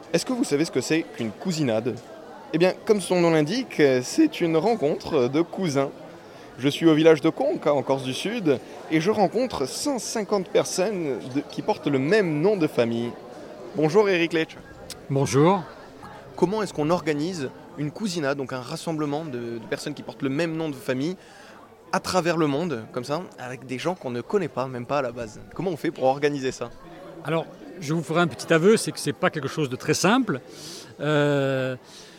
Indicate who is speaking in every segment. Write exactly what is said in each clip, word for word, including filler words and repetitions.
Speaker 1: Est-ce que vous savez ce que c'est qu'une cousinade? Eh bien, comme son nom l'indique, c'est une rencontre de cousins. Je suis au village de Conques, en Corse du Sud, et je rencontre cent cinquante personnes de- qui portent le même nom de famille. Bonjour Eric Lech.
Speaker 2: Bonjour.
Speaker 1: Comment est-ce qu'on organise une cousinade, donc un rassemblement de, de personnes qui portent le même nom de famille, à travers le monde, comme ça, avec des gens qu'on ne connaît pas, même pas à la base? Comment on fait pour organiser ça?
Speaker 2: Alors, je vous ferai un petit aveu, c'est que ce n'est pas quelque chose de très simple. euh,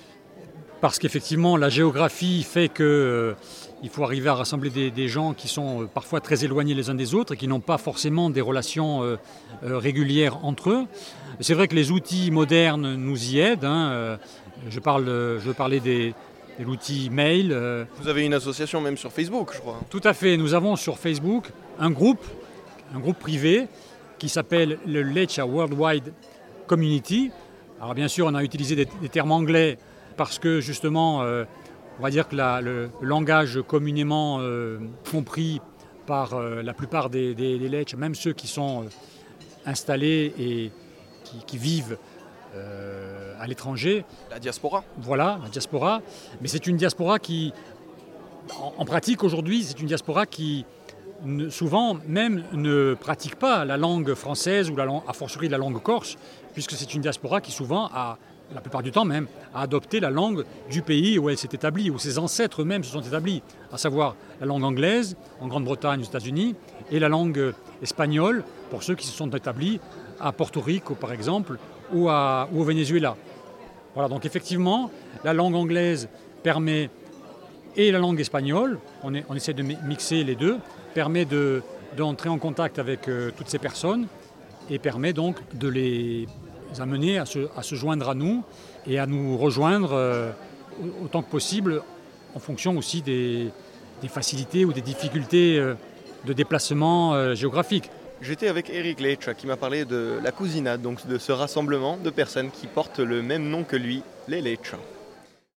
Speaker 2: parce qu'effectivement, la géographie fait qu'il euh, faut arriver à rassembler des, des gens qui sont euh, parfois très éloignés les uns des autres et qui n'ont pas forcément des relations euh, euh, régulières entre eux. C'est vrai que les outils modernes nous y aident. hein, euh, je, parle, je veux parler des, de l'outil mail. euh,
Speaker 1: Vous avez une association même sur Facebook, je crois.
Speaker 2: Tout à fait. Nous avons sur Facebook un groupe, un groupe privé qui s'appelle le Lecce Worldwide Community. Alors bien sûr, on a utilisé des, des termes anglais parce que justement, euh, on va dire que la- le langage communément euh, compris par euh, la plupart des, des, des Lecce, même ceux qui sont euh, installés et qui, qui vivent euh, à l'étranger,
Speaker 1: La diaspora.
Speaker 2: voilà, la diaspora. Mais c'est une diaspora qui, en, en pratique aujourd'hui, c'est une diaspora qui ne- souvent même ne pratique pas la langue française ou la langue, a fortiori la langue corse, puisque c'est une diaspora qui souvent a, la plupart du temps même, a adopté la langue du pays où elle s'est établie, où ses ancêtres eux-mêmes se sont établis, à savoir la langue anglaise en Grande-Bretagne, aux États-Unis, et la langue espagnole pour ceux qui se sont établis à Porto Rico par exemple, ou, à- ou au Venezuela. Voilà, donc effectivement, la langue anglaise permet, et la langue espagnole, on, est- on essaie de mi- mixer les deux, permet de- d'entrer en contact avec euh, toutes ces personnes et permet donc de les amener à se, à se joindre à nous et à nous rejoindre euh, au- autant que possible en fonction aussi des, des facilités ou des difficultés euh, de déplacement euh, géographique.
Speaker 1: J'étais avec Eric Lech qui m'a parlé de la cousinade, donc de ce rassemblement de personnes qui portent le même nom que lui, les Lech.